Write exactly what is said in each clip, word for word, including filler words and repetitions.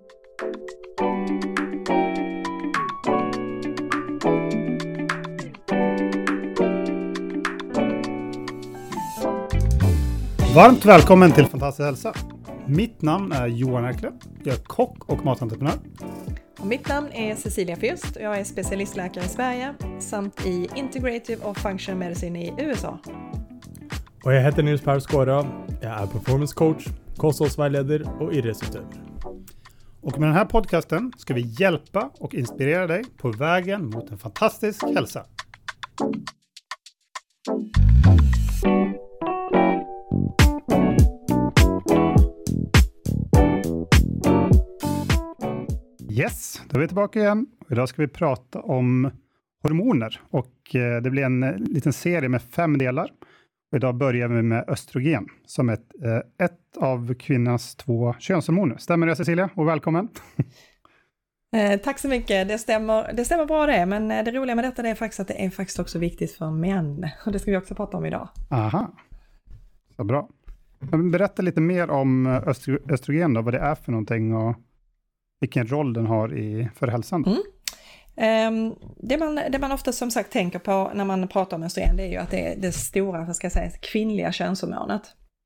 Varmt välkommen till Fantastisk hälsa. Mitt namn är Johan Erkle. Jag är kock och matentreprenör. Och mitt namn är Cecilia Fürst och jag är specialistläkare i Sverige samt i Integrative och Functional Medicine i U S A. Och jag heter Nils Per Skåra. Jag är performance coach, kosthållsvägledare och idrottsutövare. Och med den här podcasten ska vi hjälpa och inspirera dig på vägen mot en fantastisk hälsa. Yes, då är vi tillbaka igen. Idag ska vi prata om hormoner och det blir en liten serie med fem delar. Och idag börjar vi med östrogen som är ett, ett av kvinnans två könshormoner. Stämmer det, Cecilia? Och välkommen! Eh, tack så mycket, det stämmer, det stämmer bra det, men det roliga med detta är faktiskt att det är faktiskt också viktigt för män. Och det ska vi också prata om idag. Aha, så bra. Berätta lite mer om östro- östrogen då, vad det är för någonting och vilken roll den har i, för hälsan. Mm. Um, det, man, det man ofta som sagt tänker på när man pratar om östrogen, det är ju att det är det stora, vad ska jag säga, kvinnliga könshormonet.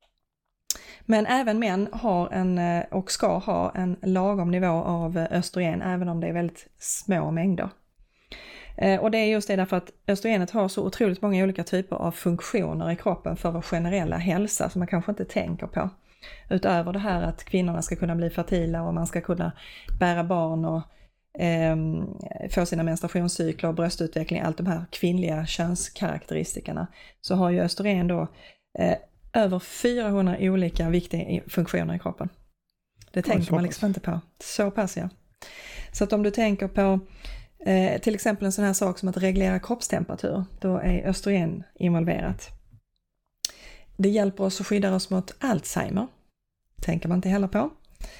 Men även män har en och ska ha en lagom nivå av östrogen även om det är väldigt små mängder. Uh, och det är just det därför att östrogenet har så otroligt många olika typer av funktioner i kroppen för vår generella hälsa som man kanske inte tänker på. Utöver det här att kvinnorna ska kunna bli fertila och man ska kunna bära barn och eh, få sina menstruationscykler och bröstutveckling, allt de här kvinnliga könskaraktäristikerna, så har ju östrogen då eh, över fyrahundra olika viktiga funktioner i kroppen. Det tänker oh, man liksom inte på. Så pass ja. Så att om du tänker på eh, till exempel en sån här sak som att reglera kroppstemperatur, då är östrogen involverat. Det hjälper oss att skydda oss mot Alzheimer. Tänker man inte heller på.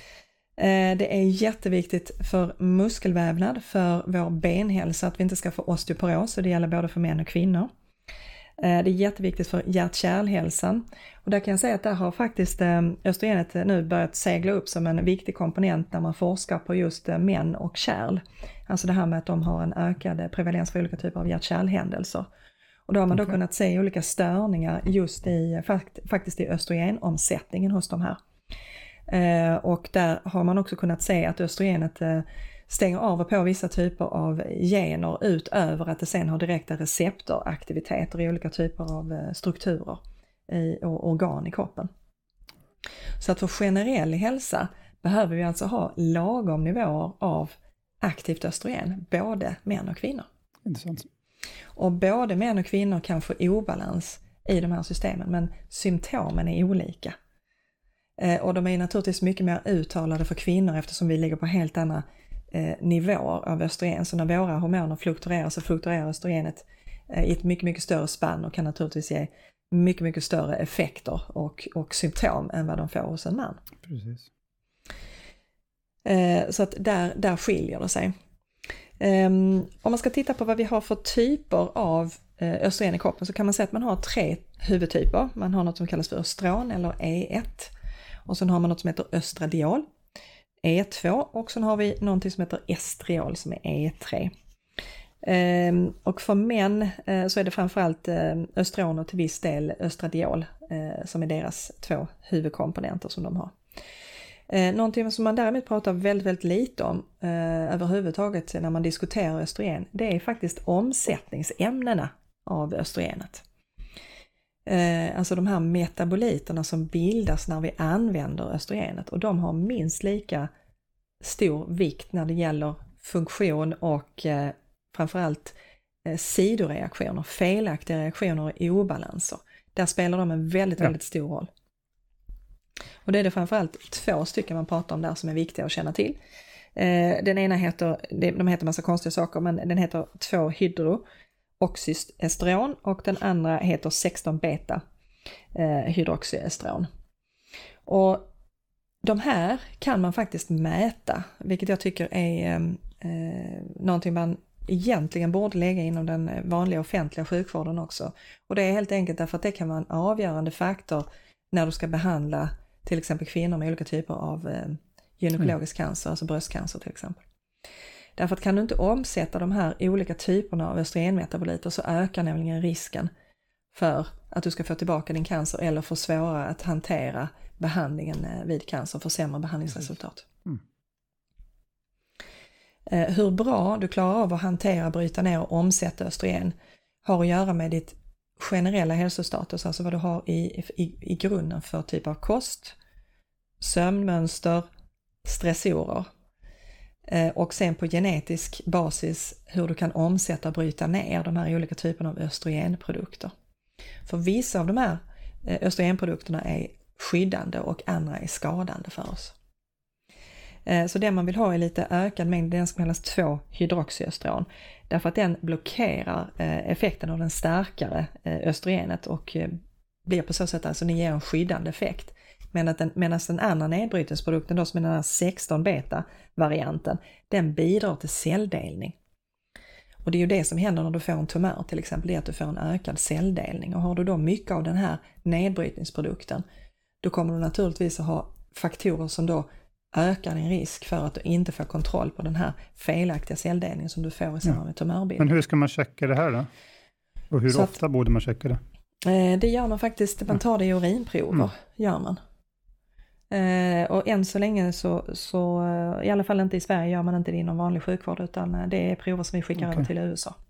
Det är jätteviktigt för muskelvävnad, för vår benhälsa, att vi inte ska få osteoporos. Och det gäller både för män och kvinnor. Det är jätteviktigt för hjärt-kärlhälsan. Och där kan jag säga att där har faktiskt östrogenet nu börjat segla upp som en viktig komponent när man forskar på just män och kärl. Alltså det här med att de har en ökad prevalens för olika typer av hjärt-kärlhändelser. Och då har man då okay. kunnat se olika störningar just i, faktiskt i östrogenomsättningen hos de här. Eh, och där har man också kunnat se att östrogenet eh, stänger av och på vissa typer av gener utöver att det sen har direkta receptoraktiviteter i olika typer av eh, strukturer i, och organ i kroppen. Så att för generell hälsa behöver vi alltså ha lagom nivåer av aktivt östrogen, både män och kvinnor. Intressant. Och både män och kvinnor kan få obalans i de här systemen, men symptomen är olika. Eh, och de är naturligtvis mycket mer uttalade för kvinnor eftersom vi ligger på helt andra eh, nivåer av östrogen. Så när våra hormoner fluktuerar så fluktuerar östrogenet eh, i ett mycket, mycket större spann och kan naturligtvis ge mycket, mycket större effekter och, och symptom än vad de får hos en man. Precis. Eh, så att där, där skiljer det sig. Um, om man ska titta på vad vi har för typer av uh, östrogen i kroppen så kan man säga att man har tre huvudtyper. Man har något som kallas för östron eller E ett. Och sen har man något som heter östradiol, E två. Och sen har vi något som heter estriol som är E tre. Um, och för män uh, så är det framförallt uh, östron och till viss del östradiol uh, som är deras två huvudkomponenter som de har. Eh, någonting som man däremot pratar väldigt, väldigt lite om eh, överhuvudtaget när man diskuterar östrogen, det är faktiskt omsättningsämnena av östrogenet. Eh, alltså de här metaboliterna som bildas när vi använder östrogenet, och de har minst lika stor vikt när det gäller funktion och eh, framförallt eh, sidoreaktioner, felaktiga reaktioner och obalanser. Där spelar de en väldigt, ja. väldigt stor roll. Och det är det framförallt två stycken man pratar om där som är viktiga att känna till. Eh, den ena heter, de heter massa konstiga saker, men den heter två hydrooxyestron och den andra heter sexton beta eh, hydroxyestron. Och de här kan man faktiskt mäta, vilket jag tycker är eh, någonting man egentligen borde lägga inom den vanliga offentliga sjukvården också. Och det är helt enkelt därför att det kan vara en avgörande faktor när du ska behandla till exempel kvinnor med olika typer av eh, gynekologisk mm. cancer, alltså bröstcancer till exempel. Därför att kan du inte omsätta de här olika typerna av östrogenmetaboliter så ökar nämligen risken för att du ska få tillbaka din cancer eller få svårare att hantera behandlingen vid cancer, få sämre behandlingsresultat. Mm. Hur bra du klarar av att hantera, bryta ner och omsätta östrogen har att göra med ditt generella hälsostatus, alltså vad du har i, i, i grunden för typ av kost, sömnmönster, stressorer. Och sen på genetisk basis hur du kan omsätta och bryta ner de här olika typerna av östrogenprodukter. För vissa av de här östrogenprodukterna är skyddande och andra är skadande för oss. Så det man vill ha är lite ökad mängd, den som kallas två hydroxyöstron. Därför att den blockerar effekten av den starkare östrogenet och blir på så sätt alltså den ger en skyddande effekt. Men att den, medan den andra nedbrytningsprodukten då, som är den här sexton beta-varianten, den bidrar till celldelning. Och det är ju det som händer när du får en tumör till exempel, det är att du får en ökad celldelning. Och har du då mycket av den här nedbrytningsprodukten, då kommer du naturligtvis att ha faktorer som då ökar din risk för att du inte får kontroll på den här felaktiga celldelningen som du får i samband med tumörbild. Men hur ska man checka det här då? Och hur så ofta att, borde man checka det? Eh, det gör man faktiskt, man tar det i urinprover, mm. gör man. Eh, och än så länge så, så, i alla fall inte i Sverige gör man inte det inom vanlig sjukvård, utan det är prover som vi skickar okay. över till U S A.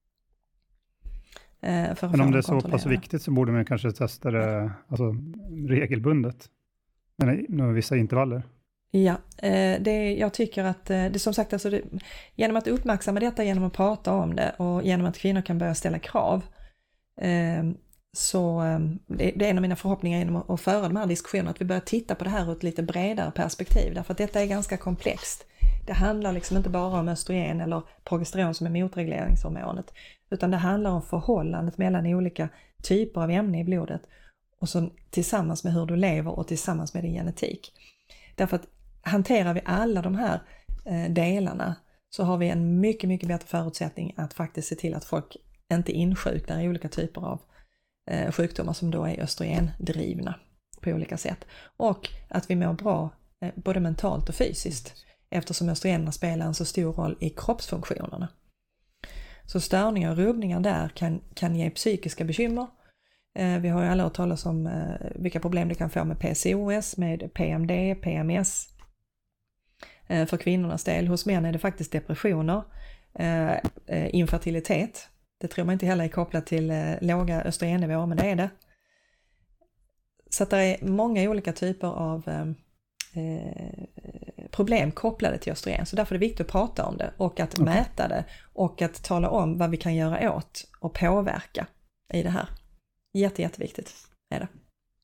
Eh, för Men om det är så pass viktigt så borde man kanske testa det alltså, regelbundet, med vissa intervaller. Ja, eh, det, jag tycker att det som sagt, alltså det, genom att uppmärksamma detta, genom att prata om det och genom att kvinnor kan börja ställa krav, eh, så det, det är en av mina förhoppningar genom att, att föra de här diskussionerna, att vi börjar titta på det här ur ett lite bredare perspektiv, därför att detta är ganska komplext. Det handlar liksom inte bara om östrogen eller progesteron som är motregleringshormonet, utan det handlar om förhållandet mellan olika typer av ämnen i blodet och så tillsammans med hur du lever och tillsammans med din genetik. Därför att hanterar vi alla de här eh, delarna så har vi en mycket, mycket bättre förutsättning att faktiskt se till att folk inte insjuknar i olika typer av eh, sjukdomar som då är östrogendrivna på olika sätt. Och att vi mår bra eh, både mentalt och fysiskt, eftersom östrogenerna spelar en så stor roll i kroppsfunktionerna. Så störningar och rubbningar där kan, kan ge psykiska bekymmer. Eh, vi har ju alla hört talas om eh, vilka problem det kan få med P C O S, med P M D, P M S. Eh, för kvinnornas del, hos män är det faktiskt depressioner, eh, eh, infertilitet. Det tror man inte heller är kopplat till eh, låga östrogennivåer, men det är det. Så att det är många olika typer av eh, problem kopplade till östrogen. Så därför är det viktigt att prata om det och att okay. mäta det och att tala om vad vi kan göra åt och påverka i det här. Jätte, jätteviktigt är det.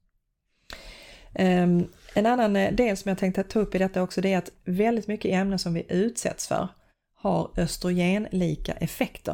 Um, en annan del som jag tänkte ta upp i detta också, det är att väldigt mycket ämnen som vi utsätts för har östrogenlika effekter.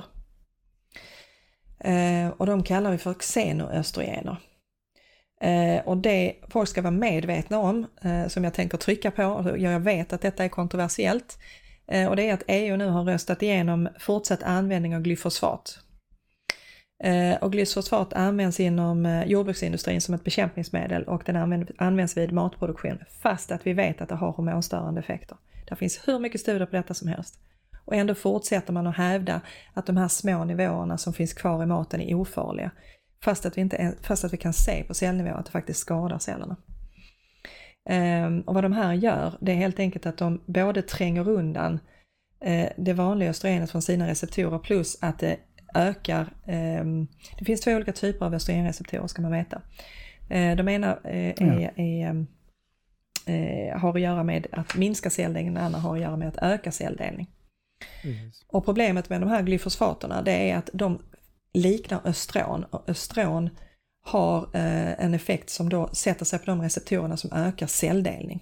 Uh, och de kallar vi för xenoöstrogener. Uh, och det folk ska vara medvetna om, uh, som jag tänker trycka på, jag vet att detta är kontroversiellt, uh, och det är att E U nu har röstat igenom fortsatt användning av glyfosfat. Och glyfosat används inom jordbruksindustrin som ett bekämpningsmedel och den används vid matproduktion, fast att vi vet att det har hormonstörande effekter. Det finns hur mycket studier på detta som helst. Och ändå fortsätter man att hävda att de här små nivåerna som finns kvar i maten är ofarliga, fast att vi, inte, fast att vi kan se på cellnivå att det faktiskt skadar cellerna. Och vad de här gör, det är helt enkelt att de både tränger undan det vanliga östrogenet från sina receptorer, plus att det ökar, eh, det finns två olika typer av östrogenreceptorer ska man veta. Eh, de ena eh, är, är, eh, har att göra med att minska celldelning, den andra har att göra med att öka celldelning. Yes. Och problemet med de här glyfosfaterna, det är att de liknar östron, och östron har eh, en effekt som då sätter sig på de receptorerna som ökar celldelning.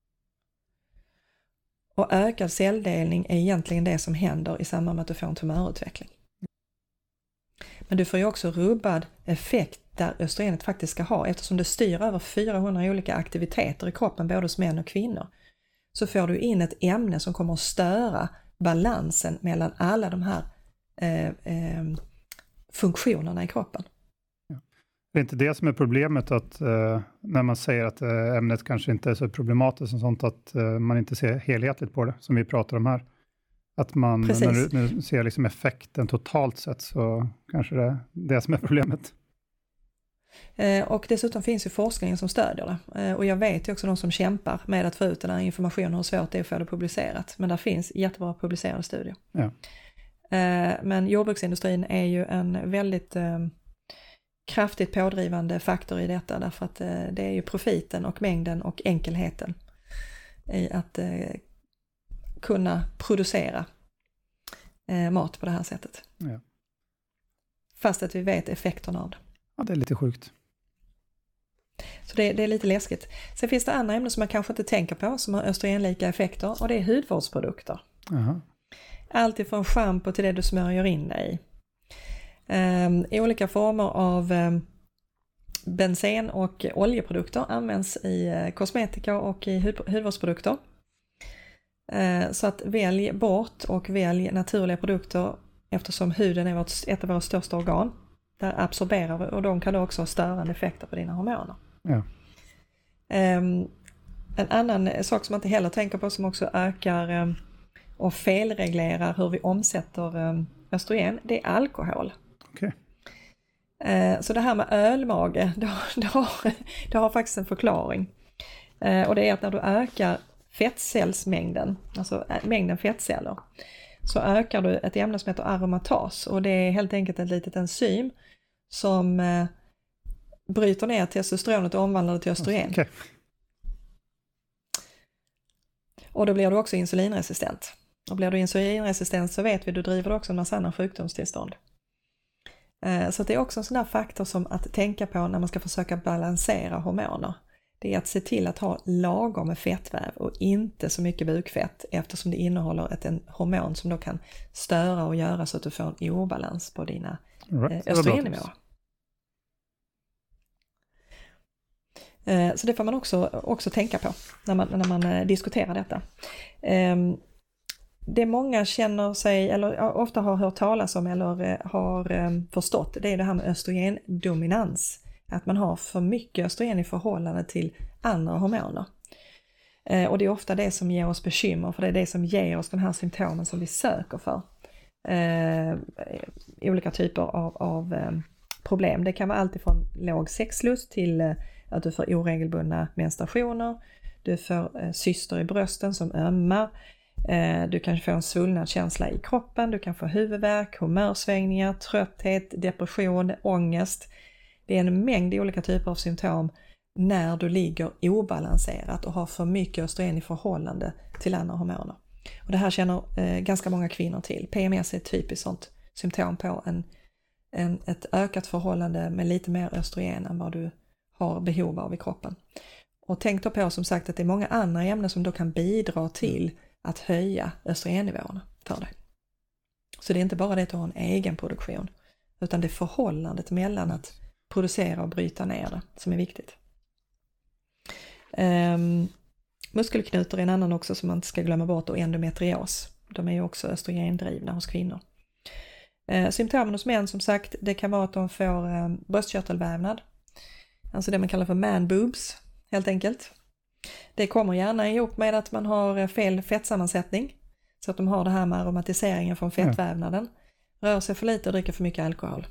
Och ökad celldelning är egentligen det som händer i samband med att du får en tumörutveckling. Men du får ju också rubbad effekt där östrogenet faktiskt ska ha, eftersom det styr över fyrahundra olika aktiviteter i kroppen både hos män och kvinnor. Så får du in ett ämne som kommer att störa balansen mellan alla de här eh, eh, funktionerna i kroppen. Ja. Det är inte det som är problemet, att uh, när man säger att uh, ämnet kanske inte är så problematiskt och sånt, att uh, man inte ser helhetligt på det, som vi pratar om här. Att man, Precis. när du, när du ser liksom effekten totalt sett, så kanske det är det som är problemet. Eh, och dessutom finns ju forskning som stödjer det. Eh, och jag vet ju också de som kämpar med att få ut den här informationen, hur svårt det är att få det publicerat. Men där finns jättebra publicerade studier. Ja. Eh, men jordbruksindustrin är ju en väldigt eh, kraftigt pådrivande faktor i detta, därför att eh, det är ju profiten och mängden och enkelheten i att eh, kunna producera eh, mat på det här sättet. Ja. Fast att vi vet effekterna av det. Ja, det är lite sjukt. Så det, det är lite läskigt. Sen finns det andra ämnen som man kanske inte tänker på som har östrogenlika effekter, och det är hudvårdsprodukter. Aha. Allt ifrån shampoo till det du smörjer in dig i. Um, olika former av um, bensen och oljeprodukter används i uh, kosmetika och i hud, hudvårdsprodukter. Uh, så att välj bort och välj naturliga produkter, eftersom huden är vårt, ett av våra största organ. Där absorberar vi, och de kan då också ha störande effekter på dina hormoner. Ja. Um, en annan sak som man inte heller tänker på, som också ökar um, och felreglerar hur vi omsätter um, östrogen, det är alkohol. Okay. Uh, så det här med ölmage, det har, det har, det har faktiskt en förklaring. Uh, och det är att när du ökar fettcellsmängden, alltså mängden fettceller, så ökar du ett ämne som heter aromatas, och det är helt enkelt ett litet enzym som eh, bryter ner testosteronet och omvandlar det till östrogen. Okay. Och då blir du också insulinresistent. Och blir du insulinresistent så vet vi, du driver också en massa andra sjukdomstillstånd. Eh, så det är också en sån där faktor som att tänka på när man ska försöka balansera hormoner. Det är att se till att ha lagom med fettväv och inte så mycket bukfett, eftersom det innehåller ett en hormon som då kan störa och göra så att du får en obalans på dina right. eh, östrogennivåer. Eh, så det får man också, också tänka på när man, när man eh, diskuterar detta. Eh, det många känner sig, eller ofta har hört talas om eller eh, har eh, förstått, det är det här med östrogendominans. Att man har för mycket östrogen i förhållande till andra hormoner. Eh, och det är ofta det som ger oss bekymmer, för det är det som ger oss de här symptomen som vi söker för. Eh, olika typer av, av eh, problem. Det kan vara allt ifrån låg sexlust till eh, att du får oregelbundna menstruationer. Du får eh, cyster i brösten som ömmar. Eh, du kan få en svullnadskänsla i kroppen. Du kan få huvudvärk, humörsvängningar, trötthet, depression, ångest. Det är en mängd olika typer av symptom när du ligger obalanserat och har för mycket östrogen i förhållande till andra hormoner. Och det här känner eh, ganska många kvinnor till. P M S är ett typiskt sånt symptom på en, en, ett ökat förhållande med lite mer östrogen än vad du har behov av i kroppen. Och tänk då på som sagt att det är många andra ämnen som då kan bidra till att höja östrogennivåerna för dig. Så det är inte bara det att du har en egen produktion, utan det är förhållandet mellan att producera och bryta ner det som är viktigt. Um, muskelknutor är en annan också som man inte ska glömma bort, och endometrios. De är ju också östrogendrivna hos kvinnor. Uh, symptomen hos män som sagt, det kan vara att de får um, bröstkörtelvävnad. Alltså det man kallar för man boobs helt enkelt. Det kommer gärna ihop med att man har fel fettsammansättning. Så att de har det här med aromatiseringen från fettvävnaden. Rör sig för lite och dricker för mycket alkohol.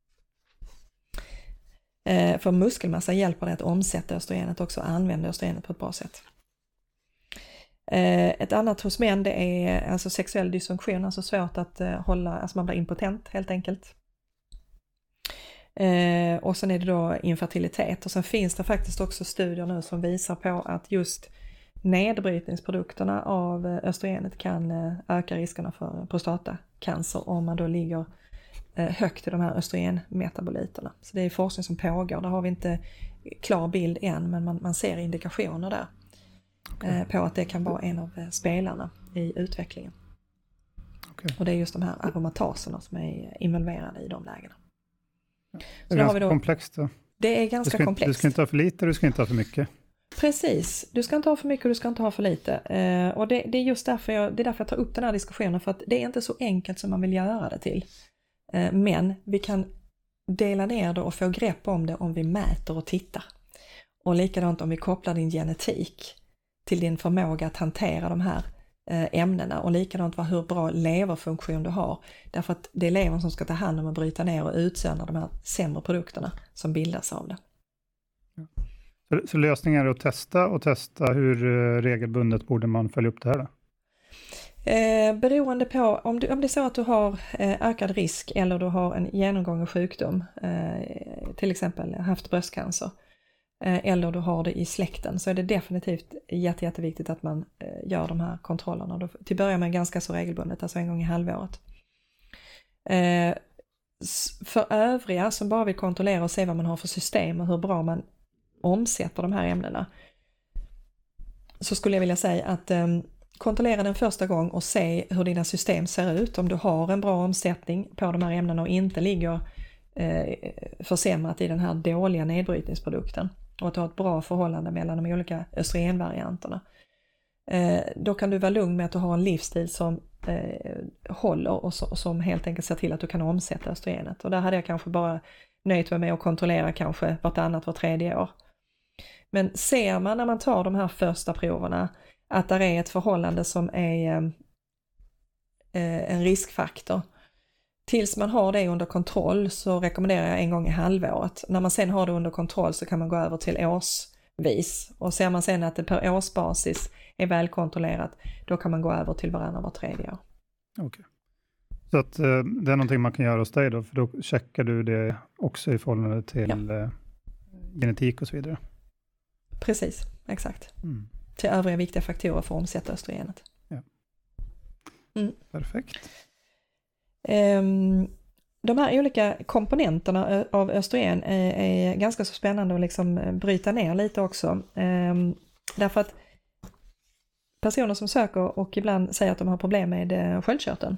För muskelmassa hjälper det att omsätta östrogenet också och använda östrogenet på ett bra sätt. Ett annat hos män, det är alltså sexuell dysfunktion, alltså svårt att hålla, alltså man blir impotent helt enkelt. Och sen är det då infertilitet, och sen finns det faktiskt också studier nu som visar på att just nedbrytningsprodukterna av östrogenet kan öka riskerna för prostatacancer om man då ligger högt i de här östrogenmetaboliterna. Så det är forskning som pågår. Där har vi inte klar bild än, men man, man ser indikationer där okay. på att det kan vara en av spelarna i utvecklingen. Okay. Och det är just de här aromataserna som är involverade i de lägena. Ja. Det är ganska då, komplext då. Det är ganska du komplext. Inte, du ska inte ha för lite, du ska inte ha för mycket. Precis, du ska inte ha för mycket och du ska inte ha för lite. Eh, och det, det är just därför jag, det är därför jag tar upp den här diskussionen, för att det är inte så enkelt som man vill göra det till. Men vi kan dela ner det och få grepp om det om vi mäter och tittar. Och likadant om vi kopplar din genetik till din förmåga att hantera de här ämnena, och likadant vad hur bra leverfunktion du har. Därför att det är levern som ska ta hand om och bryta ner och utsöndra de här sämre produkterna som bildas av det. Så, så lösningen är att testa och testa hur regelbundet borde man följa upp det här då? Eh, beroende på om, du, om det är så att du har eh, ökad risk eller du har en genomgången sjukdom, eh, till exempel haft bröstcancer, eh, eller du har det i släkten, så är det definitivt jätte, jätteviktigt att man eh, gör de här kontrollerna. Då, till början med ganska så regelbundet, alltså en gång i halvåret. Eh, för övriga som bara vill kontrollera och se vad man har för system och hur bra man omsätter de här ämnena, så skulle jag vilja säga att eh, kontrollera den första gång och se hur dina system ser ut. Om du har en bra omsättning på de här ämnena och inte ligger eh, försämrat i den här dåliga nedbrytningsprodukten, och att du har ett bra förhållande mellan de olika östrogenvarianterna. Eh, då kan du vara lugn med att du har en livsstil som eh, håller och, så, och som helt enkelt ser till att du kan omsätta östrogenet. Och där hade jag kanske bara nöjt mig med att kontrollera kanske vartannat, var tredje år. Men ser man när man tar de här första proverna att det är ett förhållande som är eh, en riskfaktor, tills man har det under kontroll, så rekommenderar jag en gång i halvåret. När man sen har det under kontroll så kan man gå över till årsvis, och ser man sen att det per årsbasis är välkontrollerat, då kan man gå över till varannan var tredje år. Okej. Så att eh, det är någonting man kan göra hos dig då, för då checkar du det också i förhållande till ja. eh, genetik och så vidare. Precis, exakt. Mm. Till övriga viktiga faktorer för att omsätta östrogenet. Ja. Mm. Perfekt. Um, de här olika komponenterna av östrogen är, är ganska så spännande att liksom bryta ner lite också. Um, därför att personer som söker och ibland säger att de har problem med sköldkörteln,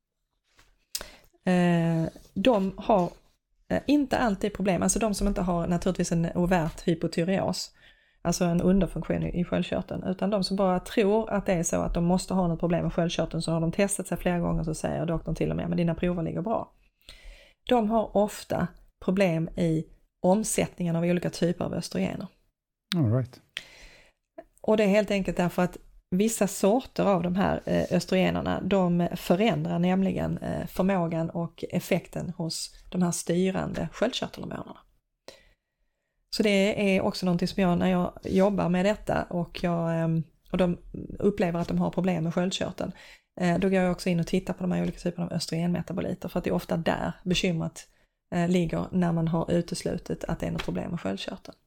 uh, de har uh, inte alltid problem. Alltså de som inte har naturligtvis en overt hypotyreos, alltså en underfunktion i sköldkörteln, utan de som bara tror att det är så att de måste ha något problem med sköldkörteln, så har de testat sig flera gånger, så säger doktorn till och med, men dina prover ligger bra. De har ofta problem i omsättningen av olika typer av östrogener. All right. Och det är helt enkelt därför att vissa sorter av de här östrogenerna, de förändrar nämligen förmågan och effekten hos de här styrande sköldkörtelhormonerna. Så det är också någonting som jag, när jag jobbar med detta och, jag, och de upplever att de har problem med sköldkörteln, då går jag också in och tittar på de här olika typerna av östrogenmetaboliter, för att det är ofta där bekymret ligger när man har uteslutit att det är något problem med sköldkörteln.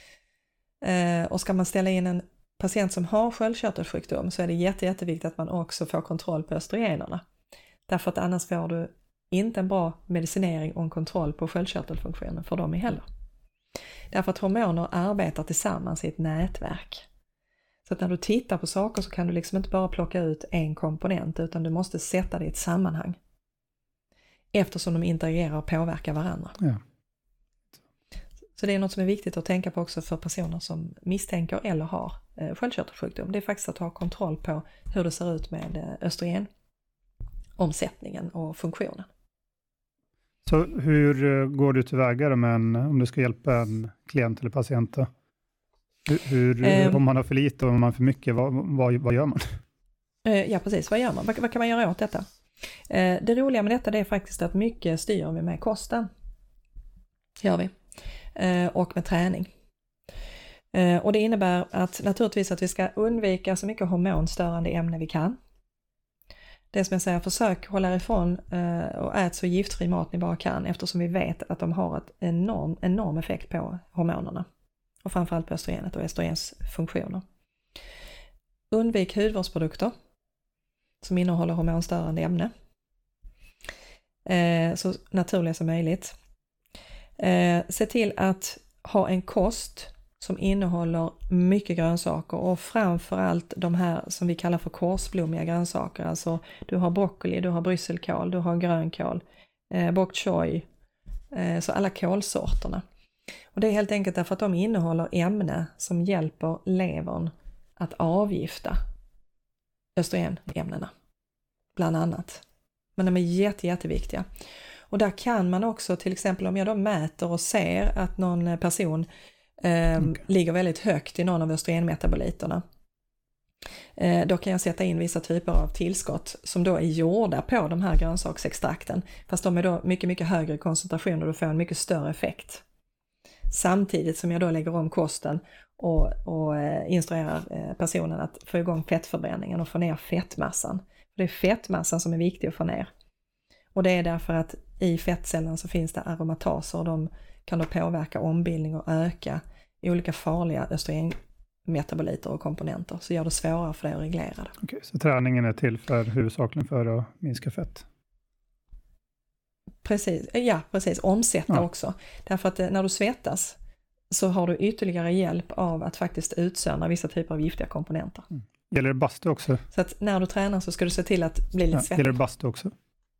Och ska man ställa in en patient som har sköldkörtelsjukdom, så är det jätte, jätteviktigt att man också får kontroll på östrogenerna. Därför att annars får du inte en bra medicinering och en kontroll på sköldkörtelfunktionen för dem heller. Därför att hormoner arbetar tillsammans i ett nätverk. Så att när du tittar på saker så kan du liksom inte bara plocka ut en komponent, utan du måste sätta det i ett sammanhang. Eftersom de interagerar och påverkar varandra. Ja. Så det är något som är viktigt att tänka på också för personer som misstänker eller har eh, sköldkörtelsjukdom. Det är faktiskt att ha kontroll på hur det ser ut med östrogenomsättningen och funktionen. Så hur går du tillväga med en, om du ska hjälpa en klient eller patient? Hur, hur, um, om man har för lite och om man har för mycket, vad, vad, vad gör man? Uh, ja, precis. Vad gör man? Vad, vad kan man göra åt detta? Uh, det roliga med detta det är faktiskt att mycket styr vi med kosten. Gör vi. Uh, och med träning. Uh, och det innebär att naturligtvis att vi ska undvika så mycket hormonstörande ämnen vi kan. Det som jag säger, försök hålla ifrån uh, och ät så giftfri mat ni bara kan, eftersom vi vet att de har ett enorm, enorm effekt på hormonerna. Och framförallt på östrogenet och östrogens funktioner. Undvik hudvårdsprodukter som innehåller hormonstörande ämne. Eh, så naturligt som möjligt. Eh, se till att ha en kost som innehåller mycket grönsaker, och framförallt de här som vi kallar för korsblommiga grönsaker. Alltså du har broccoli, du har brysselkål, du har grönkål, eh, bok choy, eh, så alla kålsorterna. Och det är helt enkelt därför att de innehåller ämne som hjälper levern att avgifta östrogenämnena, bland annat. Men de är jätte, jätteviktiga. Och där kan man också, till exempel om jag då mäter och ser att någon person eh, okay. ligger väldigt högt i någon av östrogenmetaboliterna. Eh, då kan jag sätta in vissa typer av tillskott som då är gjorda på de här grönsaksextrakten. Fast de är då mycket, mycket högre koncentration och du får en mycket större effekt. Samtidigt som jag då lägger om kosten och, och eh, instruerar eh, personen att få igång fettförbränningen och få ner fettmassan. Det är fettmassan som är viktig att få ner. Och det är därför att i fettcellerna så finns det aromataser och de kan då påverka ombildning och öka olika farliga östrogenmetaboliter och komponenter. Så gör det svårare för dig att reglera det. Okej, så träningen är till för huvudsakligen för att minska fett? Precis, ja precis. Omsätta ja. också. Därför att när du svettas så har du ytterligare hjälp av att faktiskt utsöndra vissa typer av giftiga komponenter. Mm. Gäller det bastu också? Så att när du tränar så ska du se till att bli lite ja, svettig. Gäller det bastu också?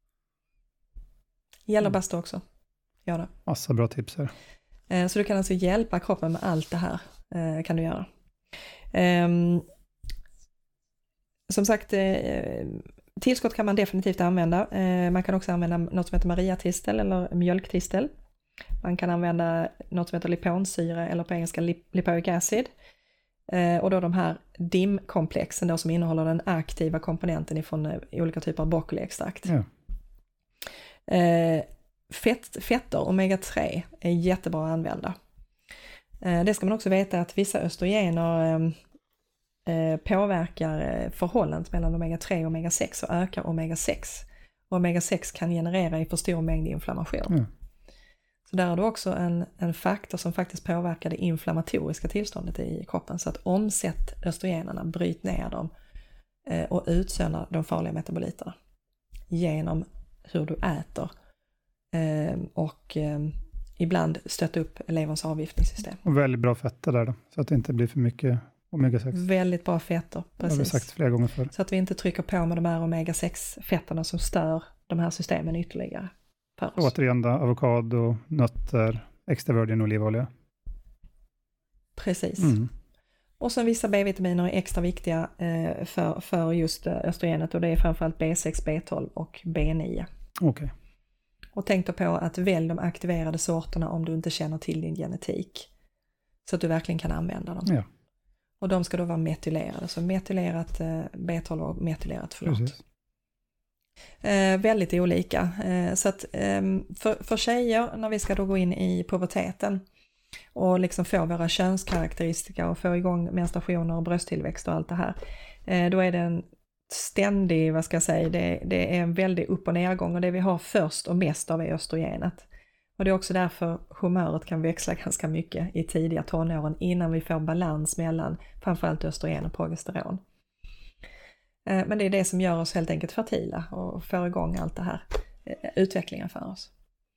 Gäller bastu också. Gör det. Massa bra tips här. Så du kan alltså hjälpa kroppen med allt det här. Kan du göra. Um, som sagt, tillskott kan man definitivt använda. Man kan också använda något som heter Maria-tistel eller mjölktistel. Man kan använda något som heter liponsyra eller på engelska lipoic acid. Och då de här D I M-komplexen då som innehåller den aktiva komponenten ifrån olika typer av broccoliextrakt. Ja. Fett, fetter, omega tre, är jättebra att använda. Det ska man också veta att vissa östrogener påverkar förhållandet mellan omega tre och omega sex och ökar omega sex. Och omega sex kan generera i för stor mängd inflammation. Mm. Så där är det också en, en faktor som faktiskt påverkar det inflammatoriska tillståndet i kroppen. Så att omsätt östrogenerna, bryt ner dem och utsöndra de farliga metaboliterna genom hur du äter och ibland stötta upp leverns avgiftningssystem. Och väldigt bra fetter där då, så att det inte blir för mycket omega sex. Väldigt bra fetter, precis. Det har vi sagt flera gånger förr. Så att vi inte trycker på med de här omega sex fetterna som stör de här systemen ytterligare för oss. Återigen då, avokado, nötter, extra virgin olivolja. Precis. Mm. Och sen vissa B-vitaminer är extra viktiga eh, för, för just östrogenet och det är framförallt B sex, B tolv och B nio. Okej. Okay. Och tänk då på att välj de aktiverade sorterna om du inte känner till din genetik. Så att du verkligen kan använda dem. Ja. Och de ska då vara metylerade. Så metylerat eh, B tolv och metylerat folat. Eh, väldigt olika. Eh, så att eh, för, för tjejer när vi ska då gå in i puberteten och liksom få våra könskaraktäristika och få igång menstruationer och brösttillväxt och allt det här. Eh, då är det en ständig, vad ska jag säga, det, det är en väldig upp- och nedgång och det vi har först och mest av är östrogenet. Och det är också därför humöret kan växla ganska mycket i tidiga tonåren innan vi får balans mellan framförallt östrogen och progesteron. Men det är det som gör oss helt enkelt fertila och får igång allt det här, utvecklingen för oss.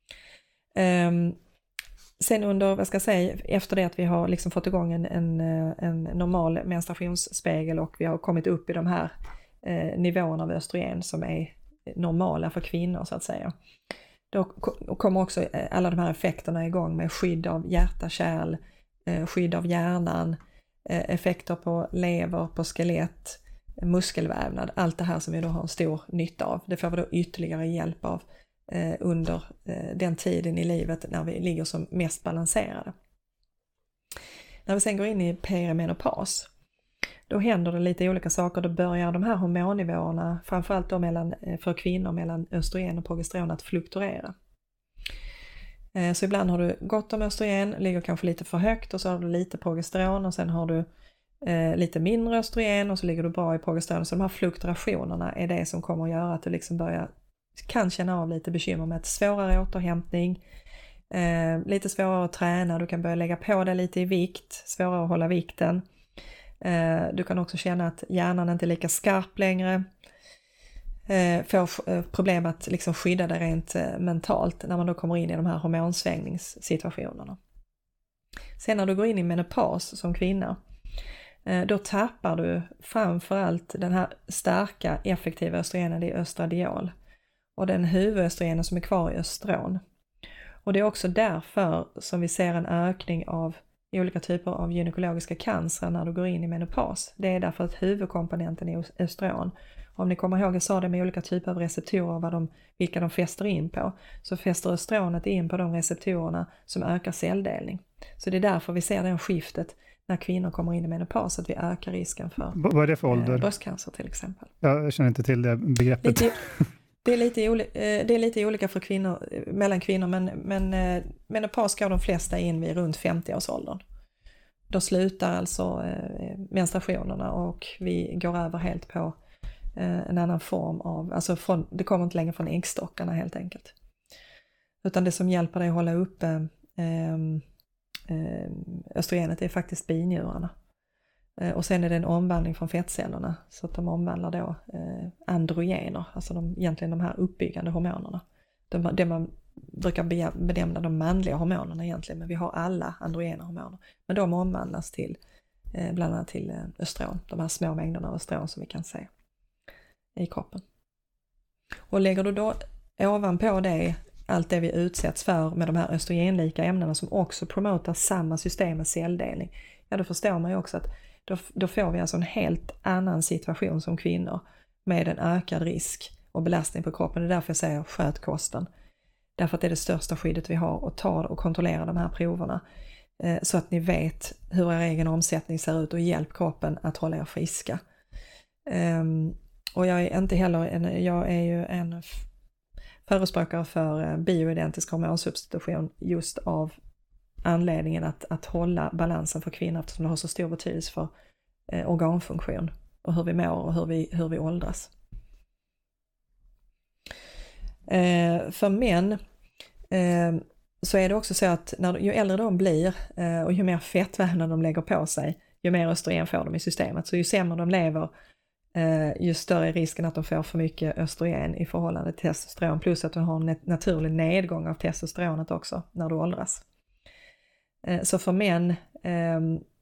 Sen under, vad ska jag säga, efter det att vi har liksom fått igång en, en, en normal menstruationsspegel och vi har kommit upp i de här eh, nivåerna av östrogen som är normala för kvinnor så att säga. Då kommer också alla de här effekterna igång med skydd av hjärta, kärl, eh, skydd av hjärnan, eh, effekter på lever, på skelett, muskelvävnad, allt det här som vi då har en stor nytta av. Det får vi då ytterligare hjälp av eh, under eh, den tiden i livet när vi ligger som mest balanserade. När vi sen går in i perimenopaus, då händer det lite olika saker. Då börjar de här hormonnivåerna, framförallt då mellan, för kvinnor mellan östrogen och progesteron, att fluktuera. Eh, så ibland har du gott om östrogen, ligger kanske lite för högt och så har du lite progesteron och sen har du Eh, lite mindre östrogen och så ligger du bra i progesteron. Så de här fluktuationerna är det som kommer att göra att du liksom börjar, kan känna av lite bekymmer med ett svårare återhämtning, eh, lite svårare att träna, du kan börja lägga på dig lite i vikt, svårare att hålla vikten. Eh, du kan också känna att hjärnan inte är lika skarp längre, eh, får eh, problem att liksom skydda dig rent eh, mentalt när man då kommer in i de här hormonsvängningssituationerna. Sen när du går in i menopaus som kvinna, då tappar du framförallt den här starka effektiva östrogenen i östradiol och den huvudöstrogenen som är kvar i östron. Och det är också därför som vi ser en ökning av olika typer av gynekologiska cancer när du går in i menopaus. Det är därför att huvudkomponenten är östron Om ni kommer ihåg, jag sa det med olika typer av receptorer, vad de, vilka de fäster in på. Så fäster östronet in på de receptorerna som ökar celldelning. Så det är därför vi ser det skiftet när kvinnor kommer in i menopaus, att vi ökar risken för B- vad är det för ålder? Eh, bröstcancer till exempel. Jag känner inte till det begreppet. Lite, det, är lite oli, eh, det är lite olika för kvinnor, mellan kvinnor, men, men eh, menopaus går de flesta in vid runt femtio-årsåldern. Då slutar alltså eh, menstruationerna och vi går över helt på eh, en annan form av, alltså från, det kommer inte längre från äggstockarna helt enkelt. Utan det som hjälper dig att hålla uppe eh, eh, östrogenet är faktiskt binjurarna. Eh, och sen är det en omvandling från fettcellerna, så att de omvandlar då eh, androgener, alltså de, egentligen de här uppbyggande hormonerna. De, det man brukar benämna de manliga hormonerna egentligen, men vi har alla androgena hormoner. Men de omvandlas till eh, bland annat till eh, östron, de här små mängderna av östron som vi kan se i kroppen. Och lägger du då ovanpå det allt det vi utsätts för med de här östrogenlika ämnena som också promotar samma system med celldelning, ja då förstår man ju också att då, då får vi alltså en helt annan situation som kvinnor med en ökad risk och belastning på kroppen. Det är därför jag säger sköt kosten. Därför att det är det största skyddet vi har, och ta och kontrollera de här proverna eh, så att ni vet hur er egen omsättning ser ut och hjälp kroppen att hålla er friska. Um, och jag är inte heller en, jag är ju en förespråkare för bioidentisk hormonsubstitution just av anledningen att, att hålla balansen för kvinnor, eftersom det har så stor betydelse för eh, organfunktion och hur vi mår och hur vi, hur vi åldras. Eh, för män eh, så är det också så att när, ju äldre de blir eh, och ju mer fettvävnad de lägger på sig, ju mer östrogen får de i systemet. Så ju sämre de lever, eh, ju större är risken att de får för mycket östrogen i förhållande till testosteron, plus att de har en naturlig nedgång av testosteronet också när du åldras. Eh, så för män, eh,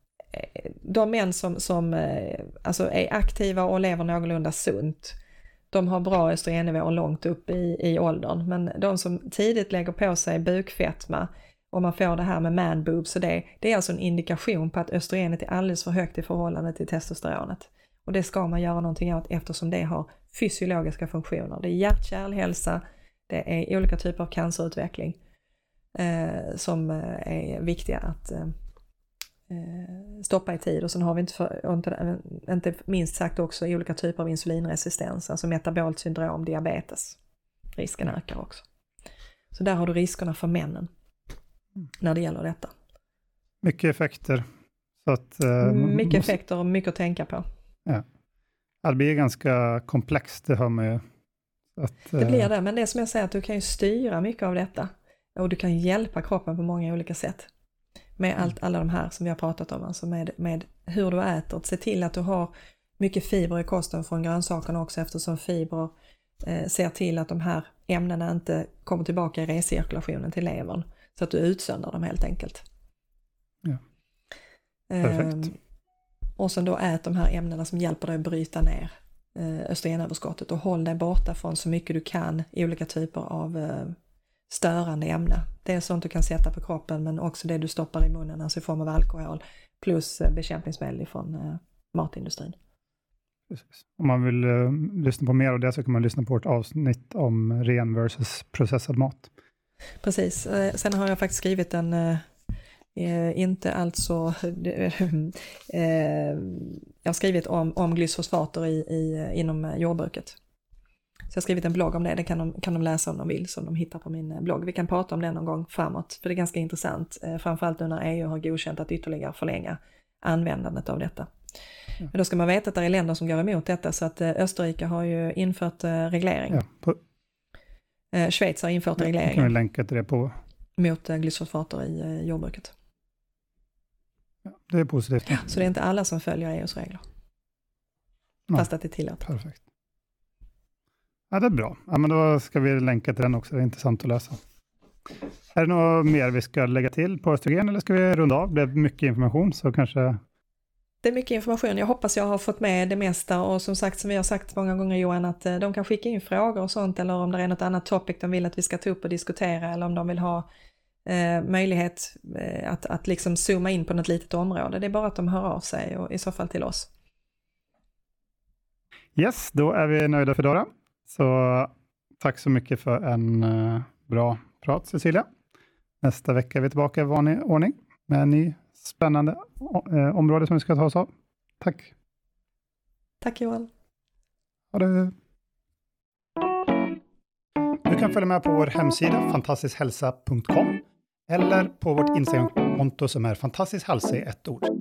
de män som, som eh, alltså är aktiva och lever någorlunda sunt, de har bra östrogennivåer långt upp i, i åldern. Men de som tidigt lägger på sig bukfetma och man får det här med man boobs, så det, det är alltså en indikation på att östrogenet är alldeles för högt i förhållande till testosteronet. Och det ska man göra någonting åt, eftersom det har fysiologiska funktioner. Det är hjärt-kärlhälsa, det är olika typer av cancerutveckling eh, som är viktiga att eh, stoppa i tid. Och sen har vi inte, för, inte, inte minst sagt också olika typer av insulinresistens, alltså metabolt syndrom, diabetes. Risken ökar också. Så där har du riskerna för männen när det gäller detta. Mycket effekter. Så att, eh, mycket måste... effekter och mycket att tänka på. Ja. Det blir ganska komplext, det hör man ju. Att, det blir det, men det är som jag säger, att du kan ju styra mycket av detta. Och du kan hjälpa kroppen på många olika sätt. Med allt, alla de här som vi har pratat om, alltså med, med hur du äter. Se till att du har mycket fiber i kosten från grönsakerna också, eftersom fiber eh, ser till att de här ämnena inte kommer tillbaka i recirkulationen till levern. Så att du utsöndrar dem helt enkelt. Ja. Perfekt. Eh, och sen då ät de här ämnena som hjälper dig att bryta ner eh, östrogenöverskottet. Och håll dig borta från så mycket du kan i olika typer av eh, störande ämne. Det är sånt du kan sätta på kroppen, men också det du stoppar i munnen, alltså i form av alkohol plus bekämpningsmedel från eh, matindustrin. Precis. Om man vill uh, lyssna på mer av det så kan man lyssna på ett avsnitt om ren versus processad mat. Precis. Eh, sen har jag faktiskt skrivit en eh, inte alltså eh, jag har skrivit om, om glyfosfater i, i, inom jordbruket. Så jag har skrivit en blogg om det, det kan de, kan de läsa om de vill, som de hittar på min blogg. Vi kan prata om det någon gång framåt, för det är ganska intressant. Eh, framförallt nu när E U har godkänt att ytterligare förlänga användandet av detta. Ja. Men då ska man veta att det är länder som går emot detta, så att eh, Österrike har ju infört eh, reglering. Ja, på... eh, Schweiz har infört ja, reglering. Kan vi länka till det på? Mot eh, glyfosfater i eh, jordbruket. Ja, det är positivt. Ja, så det är inte alla som följer E U:s regler. Ja, fast att det är tillåtet. Perfekt. Ja, det är bra. Ja, men då ska vi länka till den också. Det är intressant att läsa. Är det något mer vi ska lägga till på östrogen, eller ska vi runda av? Det är mycket information, så kanske... Det är mycket information. Jag hoppas jag har fått med det mesta, och som sagt, som vi har sagt många gånger, Johan, att de kan skicka in frågor och sånt, eller om det är något annat topic de vill att vi ska ta upp och diskutera, eller om de vill ha eh, möjlighet eh, att, att liksom zooma in på något litet område. Det är bara att de hör av sig, och i så fall till oss. Yes, då är vi nöjda för idag. Så tack så mycket för en uh, bra prat, Cecilia. Nästa vecka är vi tillbaka i vanlig ordning med en ny spännande uh, område som vi ska ta oss av. Tack. Tack Joel. Ha det. Du kan följa med på vår hemsida fantastiskhälsa punkt com eller på vårt Instagram-konto som är fantastisk hälsa i ett ord.